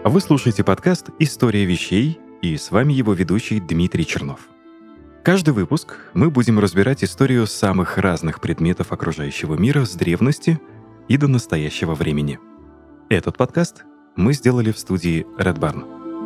Вы слушаете подкаст «История вещей», и с вами его ведущий Дмитрий Чернов. Каждый выпуск мы будем разбирать историю самых разных предметов окружающего мира с древности и до настоящего времени. Этот подкаст мы сделали в студии Red Barn.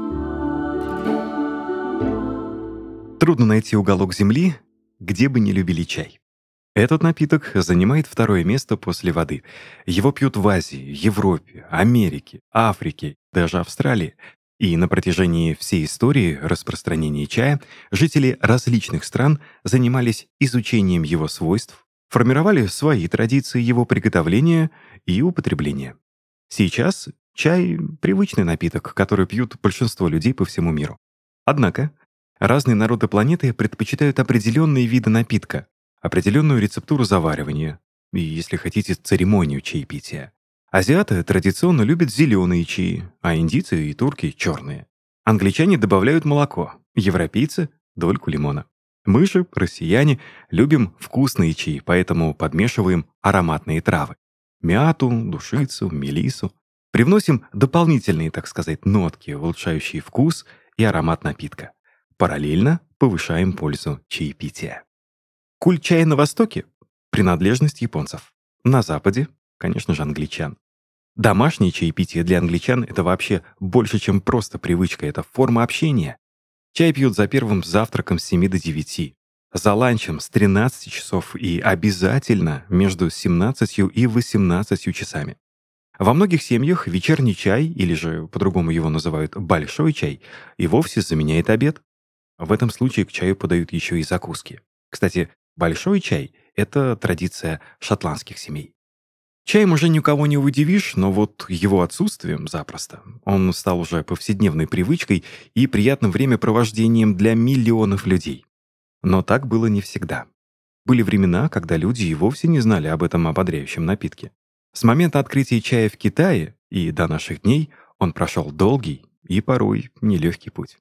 Трудно найти уголок земли, где бы не любили чай. Этот напиток занимает второе место после воды. Его пьют в Азии, Европе, Америке, Африке, даже Австралии. И на протяжении всей истории распространения чая жители различных стран занимались изучением его свойств, формировали свои традиции его приготовления и употребления. Сейчас чай — привычный напиток, который пьют большинство людей по всему миру. Однако разные народы планеты предпочитают определенные виды напитка, определенную рецептуру заваривания и, если хотите, церемонию чаепития. Азиаты традиционно любят зеленые чаи, а индийцы и турки — черные. Англичане добавляют молоко, европейцы — дольку лимона. Мы же, россияне, любим вкусные чаи, поэтому подмешиваем ароматные травы. Мяту, душицу, мелиссу. Привносим дополнительные, так сказать, нотки, улучшающие вкус и аромат напитка. Параллельно повышаем пользу чаепития. Культ чая на Востоке — принадлежность японцев. На Западе, конечно же, англичан. Домашнее чаепитие для англичан — это вообще больше, чем просто привычка, это форма общения. Чай пьют за первым завтраком с 7 до 9, за ланчем с 13 часов и обязательно между 17 и 18 часами. Во многих семьях вечерний чай, или же по-другому его называют большой чай, и вовсе заменяет обед. В этом случае к чаю подают еще и закуски. Кстати, большой чай — это традиция шотландских семей. Чаем уже никого не удивишь, но вот его отсутствием запросто. Он стал уже повседневной привычкой и приятным времяпровождением для миллионов людей. Но так было не всегда. Были времена, когда люди и вовсе не знали об этом ободряющем напитке. С момента открытия чая в Китае и до наших дней он прошел долгий и порой нелегкий путь.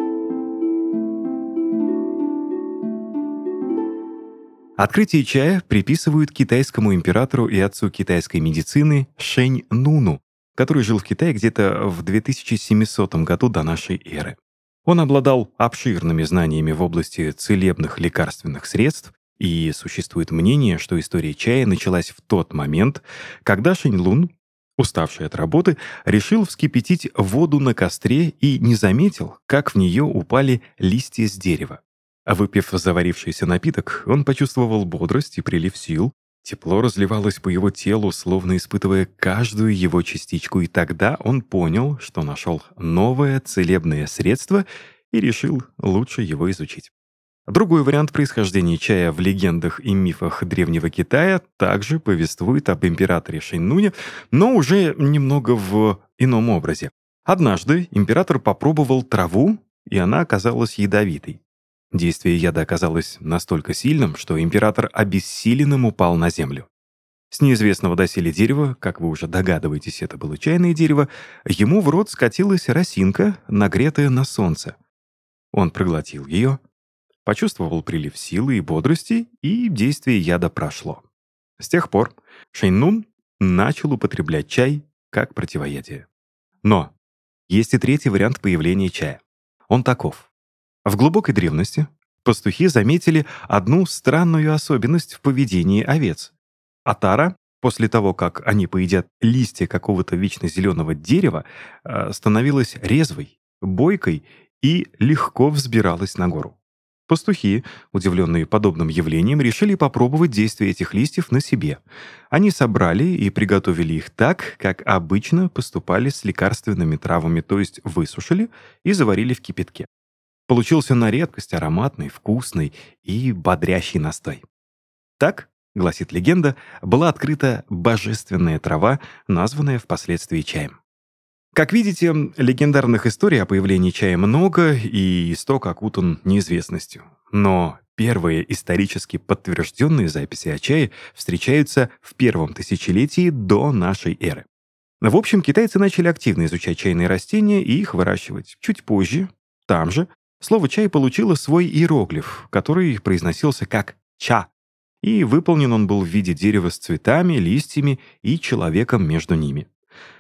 Открытие чая приписывают китайскому императору и отцу китайской медицины Шэнь Нуну, который жил в Китае где-то в 2700 году до нашей эры. Он обладал обширными знаниями в области целебных лекарственных средств, и существует мнение, что история чая началась в тот момент, когда Шэнь Лун, уставший от работы, решил вскипятить воду на костре и не заметил, как в нее упали листья с дерева. Выпив заварившийся напиток, он почувствовал бодрость и прилив сил. Тепло разливалось по его телу, словно испытывая каждую его частичку, и тогда он понял, что нашел новое целебное средство и решил лучше его изучить. Другой вариант происхождения чая в легендах и мифах Древнего Китая также повествует об императоре Шэнь Нуне, но уже немного в ином образе. Однажды император попробовал траву, и она оказалась ядовитой. Действие яда оказалось настолько сильным, что император обессиленным упал на землю. С неизвестного доселе дерева, как вы уже догадываетесь, это было чайное дерево, ему в рот скатилась росинка, нагретая на солнце. Он проглотил ее, почувствовал прилив силы и бодрости, и действие яда прошло. С тех пор Шэнь Нун начал употреблять чай как противоядие. Но есть и третий вариант появления чая. Он таков. В глубокой древности пастухи заметили одну странную особенность в поведении овец. Отара, после того, как они поедят листья какого-то вечно зеленого дерева, становилась резвой, бойкой и легко взбиралась на гору. Пастухи, удивленные подобным явлением, решили попробовать действие этих листьев на себе. Они собрали и приготовили их так, как обычно поступали с лекарственными травами, то есть высушили и заварили в кипятке. Получился на редкость ароматный, вкусный и бодрящий настой. Так, гласит легенда, была открыта божественная трава, названная впоследствии чаем. Как видите, легендарных историй о появлении чая много, и исток окутан неизвестностью. Но первые исторически подтвержденные записи о чае встречаются в первом тысячелетии до нашей эры. В общем, китайцы начали активно изучать чайные растения и их выращивать. Чуть позже, там же, слово «чай» получило свой иероглиф, который произносился как «ча», и выполнен он был в виде дерева с цветами, листьями и человеком между ними.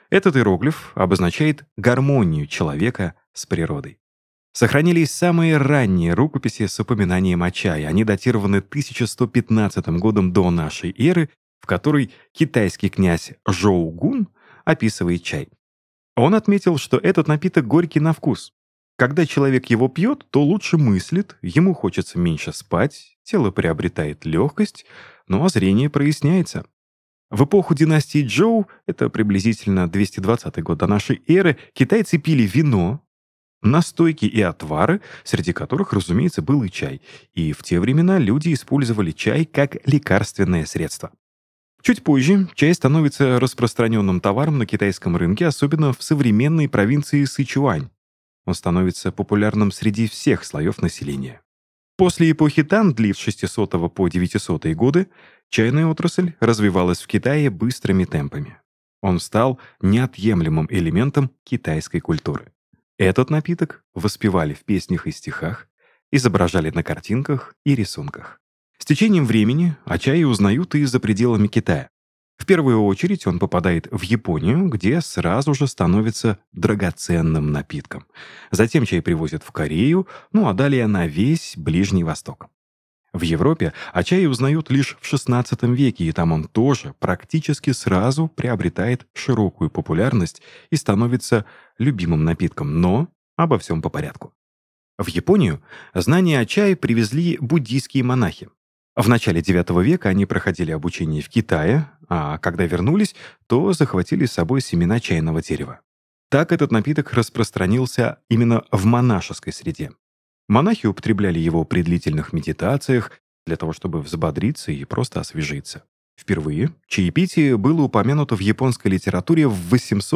Этот иероглиф обозначает гармонию человека с природой. Сохранились самые ранние рукописи с упоминанием о чае. Они датированы 1115 годом до нашей эры, в которой китайский князь Жоу Гун описывает чай. Он отметил, что этот напиток горький на вкус. Когда человек его пьет, то лучше мыслит, ему хочется меньше спать, тело приобретает легкость, ну а зрение проясняется. В эпоху династии Чжоу, это приблизительно 220 год до нашей эры, китайцы пили вино, настойки и отвары, среди которых, разумеется, был и чай. И в те времена люди использовали чай как лекарственное средство. Чуть позже чай становится распространенным товаром на китайском рынке, особенно в современной провинции Сычуань. Он становится популярным среди всех слоев населения. После эпохи Тан, длив с 600 по 900 годы, чайная отрасль развивалась в Китае быстрыми темпами. Он стал неотъемлемым элементом китайской культуры. Этот напиток воспевали в песнях и стихах, изображали на картинках и рисунках. С течением времени о чае узнают и за пределами Китая. В первую очередь он попадает в Японию, где сразу же становится драгоценным напитком. Затем чай привозят в Корею, ну а далее на весь Ближний Восток. В Европе о чае узнают лишь в XVI веке, и там он тоже практически сразу приобретает широкую популярность и становится любимым напитком, но обо всем по порядку. В Японию знания о чае привезли буддийские монахи. В начале IX века они проходили обучение в Китае, а когда вернулись, то захватили с собой семена чайного дерева. Так этот напиток распространился именно в монашеской среде. Монахи употребляли его при длительных медитациях для того, чтобы взбодриться и просто освежиться. Впервые чаепитие было упомянуто в японской литературе в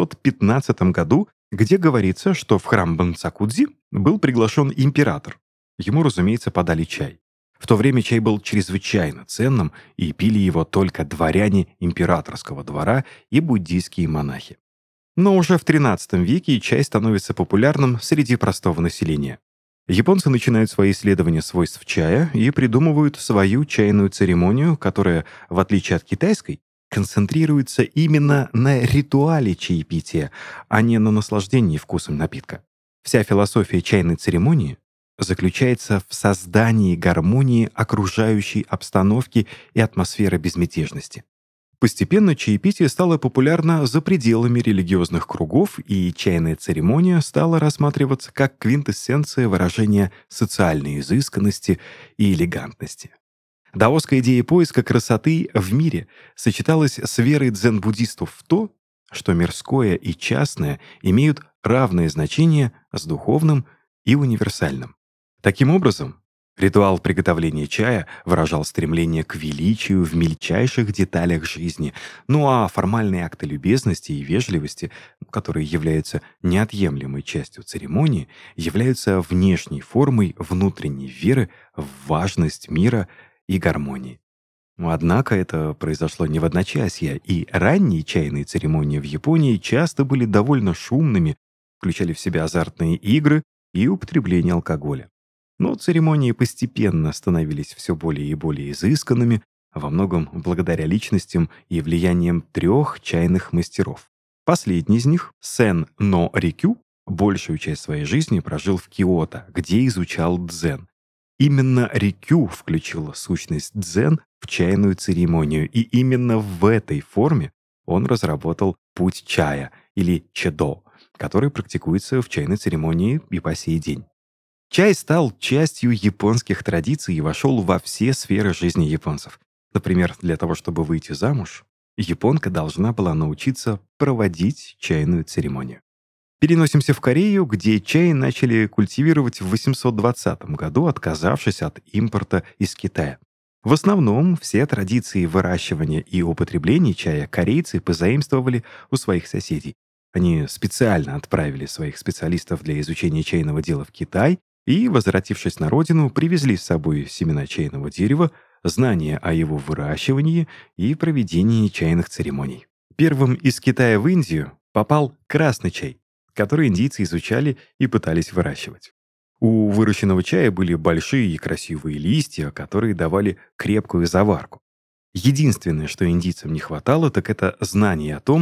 815 году, где говорится, что в храм Бансакудзи был приглашен император. Ему, разумеется, подали чай. В то время чай был чрезвычайно ценным, и пили его только дворяне императорского двора и буддийские монахи. Но уже в XIII веке чай становится популярным среди простого населения. Японцы начинают свои исследования свойств чая и придумывают свою чайную церемонию, которая, в отличие от китайской, концентрируется именно на ритуале чаепития, а не на наслаждении вкусом напитка. Вся философия чайной церемонии заключается в создании гармонии окружающей обстановки и атмосферы безмятежности. Постепенно чаепитие стало популярно за пределами религиозных кругов, и чайная церемония стала рассматриваться как квинтэссенция выражения социальной изысканности и элегантности. Даосская идея поиска красоты в мире сочеталась с верой дзен-буддистов в то, что мирское и частное имеют равное значение с духовным и универсальным. Таким образом, ритуал приготовления чая выражал стремление к величию в мельчайших деталях жизни, ну а формальные акты любезности и вежливости, которые являются неотъемлемой частью церемонии, являются внешней формой внутренней веры в важность мира и гармонии. Однако это произошло не в одночасье, и ранние чайные церемонии в Японии часто были довольно шумными, включали в себя азартные игры и употребление алкоголя. Но церемонии постепенно становились все более и более изысканными, во многом благодаря личностям и влияниям 3 чайных мастеров. Последний из них, Сен Но Рикю, большую часть своей жизни прожил в Киото, где изучал дзен. Именно Рикю включил сущность дзен в чайную церемонию, и именно в этой форме он разработал путь чая, или чэдо, который практикуется в чайной церемонии и по сей день. Чай стал частью японских традиций и вошел во все сферы жизни японцев. Например, для того, чтобы выйти замуж, японка должна была научиться проводить чайную церемонию. Переносимся в Корею, где чай начали культивировать в 820 году, отказавшись от импорта из Китая. В основном все традиции выращивания и употребления чая корейцы позаимствовали у своих соседей. Они специально отправили своих специалистов для изучения чайного дела в Китай и, возвратившись на родину, привезли с собой семена чайного дерева, знания о его выращивании и проведении чайных церемоний. Первым из Китая в Индию попал красный чай, который индийцы изучали и пытались выращивать. У выращенного чая были большие и красивые листья, которые давали крепкую заварку. Единственное, что индийцам не хватало, так это знание о том,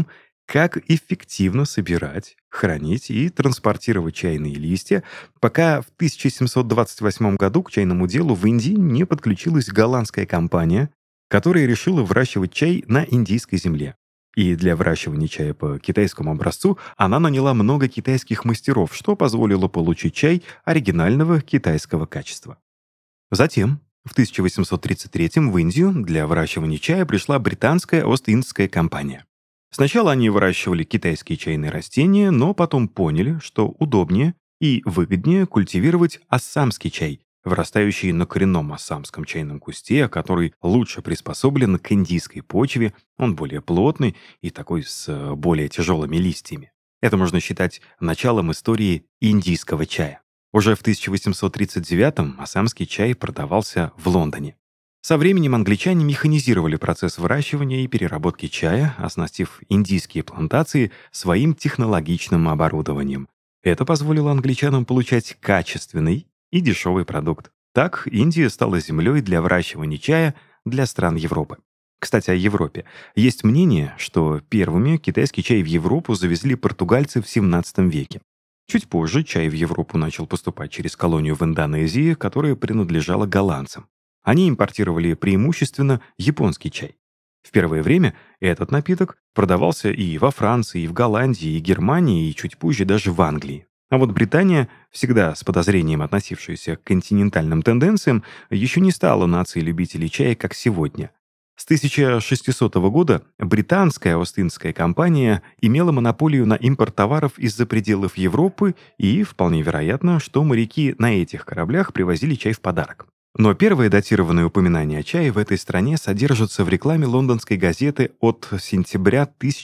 как эффективно собирать, хранить и транспортировать чайные листья, пока в 1728 году к чайному делу в Индии не подключилась голландская компания, которая решила выращивать чай на индийской земле. И для выращивания чая по китайскому образцу она наняла много китайских мастеров, что позволило получить чай оригинального китайского качества. Затем, в 1833 в Индию для выращивания чая пришла британская Ост-Индская компания. Сначала они выращивали китайские чайные растения, но потом поняли, что удобнее и выгоднее культивировать ассамский чай, вырастающий на коренном ассамском чайном кусте, который лучше приспособлен к индийской почве, он более плотный и такой с более тяжелыми листьями. Это можно считать началом истории индийского чая. Уже в 1839-м ассамский чай продавался в Лондоне. Со временем англичане механизировали процесс выращивания и переработки чая, оснастив индийские плантации своим технологичным оборудованием. Это позволило англичанам получать качественный и дешевый продукт. Так Индия стала землей для выращивания чая для стран Европы. Кстати, о Европе. Есть мнение, что первыми китайский чай в Европу завезли португальцы в 17 веке. Чуть позже чай в Европу начал поступать через колонию в Индонезии, которая принадлежала голландцам. Они импортировали преимущественно японский чай. В первое время этот напиток продавался и во Франции, и в Голландии, и Германии, и чуть позже даже в Англии. А вот Британия, всегда с подозрением относившаяся к континентальным тенденциям, еще не стала нацией любителей чая, как сегодня. С 1600 года британская Ост-Индская компания имела монополию на импорт товаров из-за пределов Европы, и вполне вероятно, что моряки на этих кораблях привозили чай в подарок. Но первые датированные упоминания о чае в этой стране содержатся в рекламе лондонской газеты от сентября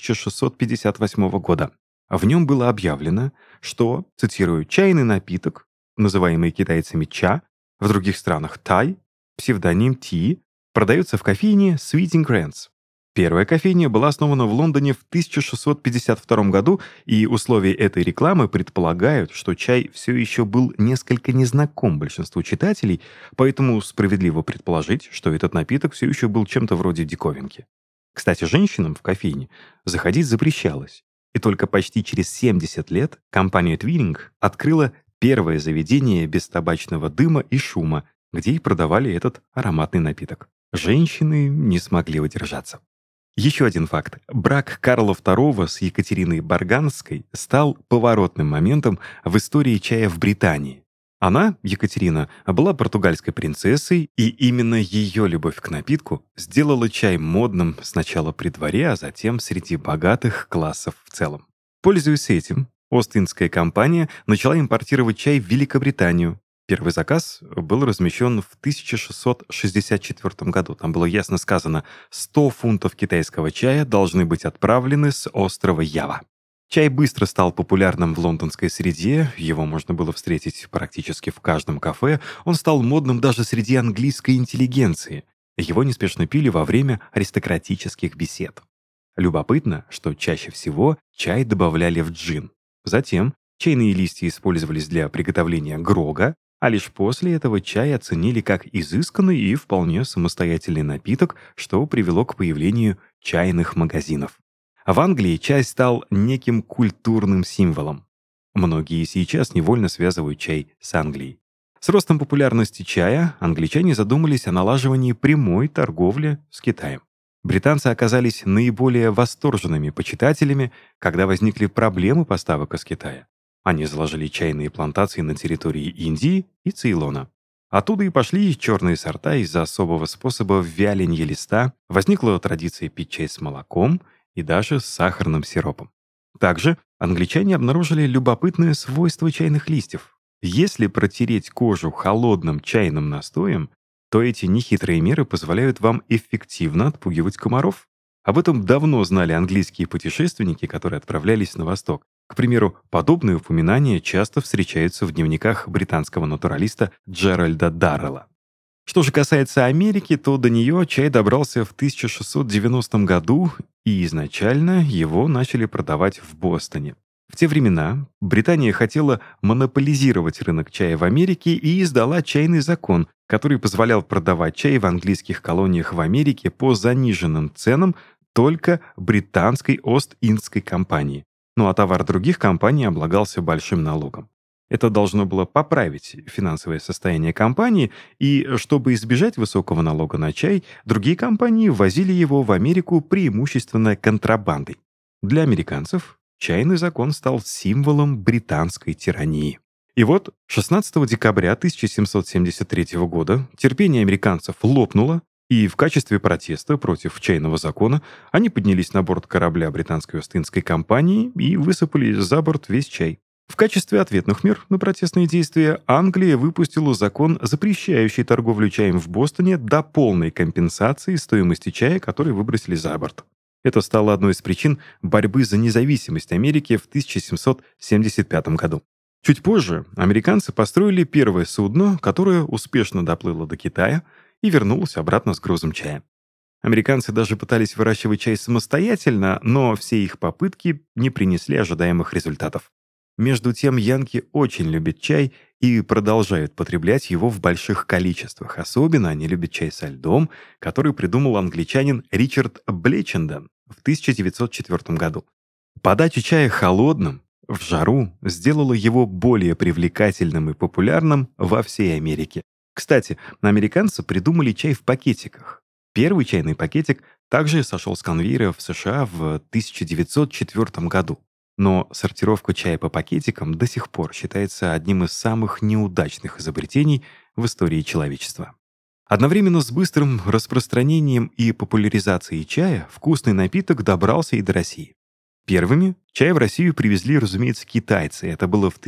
1658 года. В нем было объявлено, что, цитирую, «чайный напиток, называемый китайцами ча, в других странах тай, псевдоним ти, продается в кофейне Sweet Ingredients». Первая кофейня была основана в Лондоне в 1652 году, и условия этой рекламы предполагают, что чай все еще был несколько незнаком большинству читателей, поэтому справедливо предположить, что этот напиток все еще был чем-то вроде диковинки. Кстати, женщинам в кофейне заходить запрещалось, и только почти через 70 лет компания Twinning открыла первое заведение без табачного дыма и шума, где и продавали этот ароматный напиток. Женщины не смогли удержаться. Еще один факт. Брак Карла II с Екатериной Барганской стал поворотным моментом в истории чая в Британии. Она, Екатерина, была португальской принцессой, и именно ее любовь к напитку сделала чай модным сначала при дворе, а затем среди богатых классов в целом. Пользуясь этим, Ост-Индская компания начала импортировать чай в Великобританию. Первый заказ был размещен в 1664 году. Там было ясно сказано: 100 фунтов китайского чая должны быть отправлены с острова Ява. Чай быстро стал популярным в лондонской среде, его можно было встретить практически в каждом кафе, он стал модным даже среди английской интеллигенции. Его неспешно пили во время аристократических бесед. Любопытно, что чаще всего чай добавляли в джин. Затем чайные листья использовались для приготовления грога, а лишь после этого чай оценили как изысканный и вполне самостоятельный напиток, что привело к появлению чайных магазинов. В Англии чай стал неким культурным символом. Многие сейчас невольно связывают чай с Англией. С ростом популярности чая англичане задумались о налаживании прямой торговли с Китаем. Британцы оказались наиболее восторженными почитателями, когда возникли проблемы поставок из Китая. Они заложили чайные плантации на территории Индии и Цейлона. Оттуда и пошли черные сорта из-за особого способа вяленья листа, возникла традиция пить чай с молоком и даже с сахарным сиропом. Также англичане обнаружили любопытное свойство чайных листьев. Если протереть кожу холодным чайным настоем, то эти нехитрые меры позволяют вам эффективно отпугивать комаров. Об этом давно знали английские путешественники, которые отправлялись на восток. К примеру, подобные упоминания часто встречаются в дневниках британского натуралиста Джеральда Даррелла. Что же касается Америки, то до нее чай добрался в 1690 году, и изначально его начали продавать в Бостоне. В те времена Британия хотела монополизировать рынок чая в Америке и издала чайный закон, который позволял продавать чай в английских колониях в Америке по заниженным ценам только британской Ост-Индской компании. Ну а товар других компаний облагался большим налогом. Это должно было поправить финансовое состояние компании, и чтобы избежать высокого налога на чай, другие компании ввозили его в Америку преимущественно контрабандой. Для американцев чайный закон стал символом британской тирании. И вот 16 декабря 1773 года терпение американцев лопнуло, и в качестве протеста против чайного закона они поднялись на борт корабля британской Ост-Индской компании и высыпали за борт весь чай. В качестве ответных мер на протестные действия Англия выпустила закон, запрещающий торговлю чаем в Бостоне до полной компенсации стоимости чая, который выбросили за борт. Это стало одной из причин борьбы за независимость Америки в 1775 году. Чуть позже американцы построили первое судно, которое успешно доплыло до Китая и вернулось обратно с грузом чая. Американцы даже пытались выращивать чай самостоятельно, но все их попытки не принесли ожидаемых результатов. Между тем, янки очень любят чай и продолжают потреблять его в больших количествах. Особенно они любят чай со льдом, который придумал англичанин Ричард Блеченден в 1904 году. Подача чая холодным, в жару, сделала его более привлекательным и популярным во всей Америке. Кстати, американцы придумали чай в пакетиках. Первый чайный пакетик также сошел с конвейера в США в 1904 году. Но сортировка чая по пакетикам до сих пор считается одним из самых неудачных изобретений в истории человечества. Одновременно с быстрым распространением и популяризацией чая вкусный напиток добрался и до России. Первыми чай в Россию привезли, разумеется, китайцы. Это было в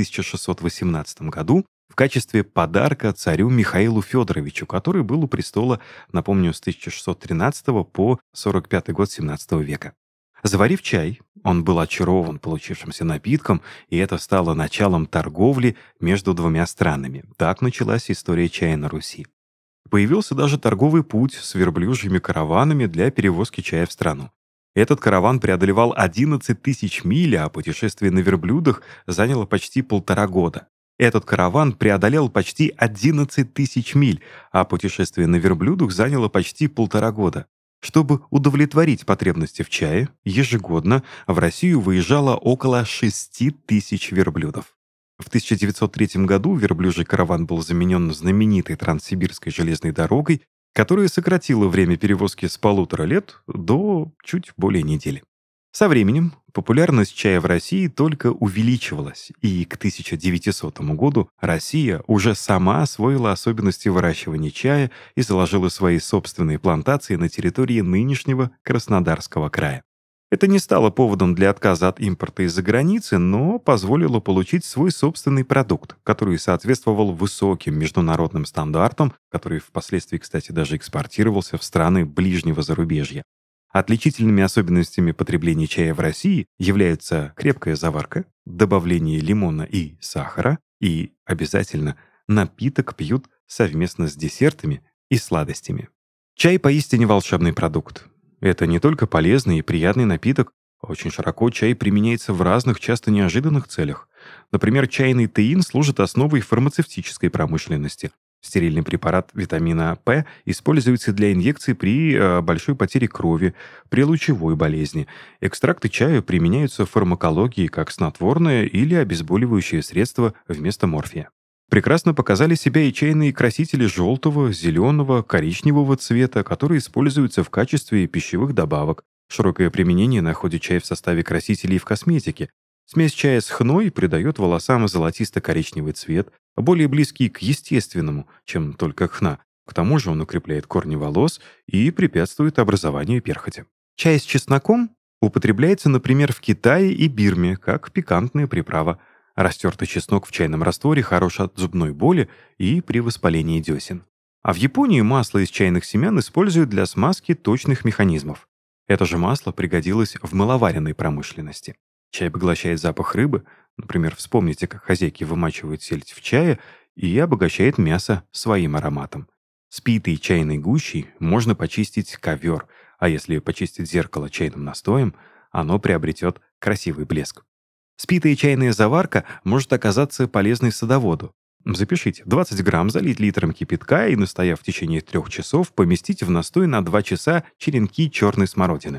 1618 году в качестве подарка царю Михаилу Федоровичу, который был у престола, напомню, с 1613 по 45 год 17 века. Заварив чай, он был очарован получившимся напитком, и это стало началом торговли между двумя странами. Так началась история чая на Руси. Появился даже торговый путь с верблюжьими караванами для перевозки чая в страну. Этот караван преодолевал 11 тысяч миль, а путешествие на верблюдах заняло почти 1,5 года. Этот караван преодолел почти 11 тысяч миль, а путешествие на верблюдах заняло почти 1,5 года. Чтобы удовлетворить потребности в чае, ежегодно в Россию выезжало около 6 тысяч верблюдов. В 1903 году верблюжий караван был заменен знаменитой Транссибирской железной дорогой, которая сократила время перевозки с 1,5 лет до чуть более недели. Со временем популярность чая в России только увеличивалась, и к 1900 году Россия уже сама освоила особенности выращивания чая и заложила свои собственные плантации на территории нынешнего Краснодарского края. Это не стало поводом для отказа от импорта из-за границы, но позволило получить свой собственный продукт, который соответствовал высоким международным стандартам, который впоследствии, кстати, даже экспортировался в страны ближнего зарубежья. Отличительными особенностями потребления чая в России являются крепкая заварка, добавление лимона и сахара, и обязательно напиток пьют совместно с десертами и сладостями. Чай поистине волшебный продукт. Это не только полезный и приятный напиток, очень широко чай применяется в разных, часто неожиданных целях. Например, чайный теин служит основой фармацевтической промышленности. Стерильный препарат витамина П используется для инъекций при большой потере крови, при лучевой болезни. Экстракты чая применяются в фармакологии как снотворное или обезболивающее средство вместо морфия. Прекрасно показали себя и чайные красители желтого, зеленого, коричневого цвета, которые используются в качестве пищевых добавок. Широкое применение находит чай в составе красителей в косметике. Смесь чая с хной придает волосам золотисто-коричневый цвет, более близкий к естественному, чем только хна. К тому же он укрепляет корни волос и препятствует образованию перхоти. Чай с чесноком употребляется, например, в Китае и Бирме, как пикантная приправа. Растертый чеснок в чайном растворе хорош от зубной боли и при воспалении десен. А в Японии масло из чайных семян используют для смазки точных механизмов. Это же масло пригодилось в мыловаренной промышленности. Чай поглощает запах рыбы, например, вспомните, как хозяйки вымачивают сельдь в чае, и обогащает мясо своим ароматом. С питой чайной гущей можно почистить ковер, а если почистить зеркало чайным настоем, оно приобретет красивый блеск. Спитая чайная заварка может оказаться полезной садоводу. Запишите, 20 грамм залить литром кипятка и, настояв в течение 3 часов, поместить в настой на 2 часа черенки черной смородины.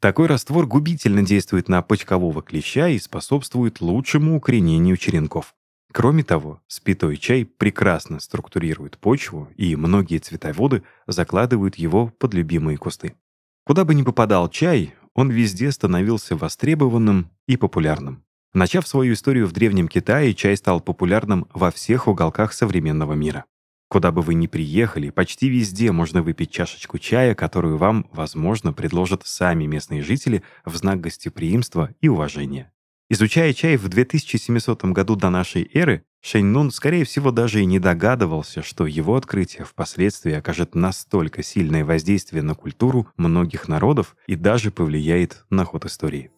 Такой раствор губительно действует на почкового клеща и способствует лучшему укоренению черенков. Кроме того, спитой чай прекрасно структурирует почву, и многие цветоводы закладывают его под любимые кусты. Куда бы ни попадал чай, он везде становился востребованным и популярным. Начав свою историю в Древнем Китае, чай стал популярным во всех уголках современного мира. Куда бы вы ни приехали, почти везде можно выпить чашечку чая, которую вам, возможно, предложат сами местные жители в знак гостеприимства и уважения. Изучая чай в 2700 году до нашей эры, Шэнь Нун, скорее всего, даже и не догадывался, что его открытие впоследствии окажет настолько сильное воздействие на культуру многих народов и даже повлияет на ход истории.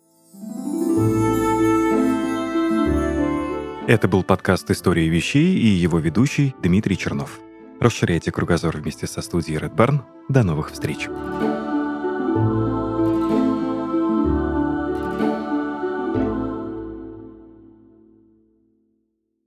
Это был подкаст «История вещей» и его ведущий Дмитрий Чернов. Расширяйте кругозор вместе со студией Red Barn. До новых встреч!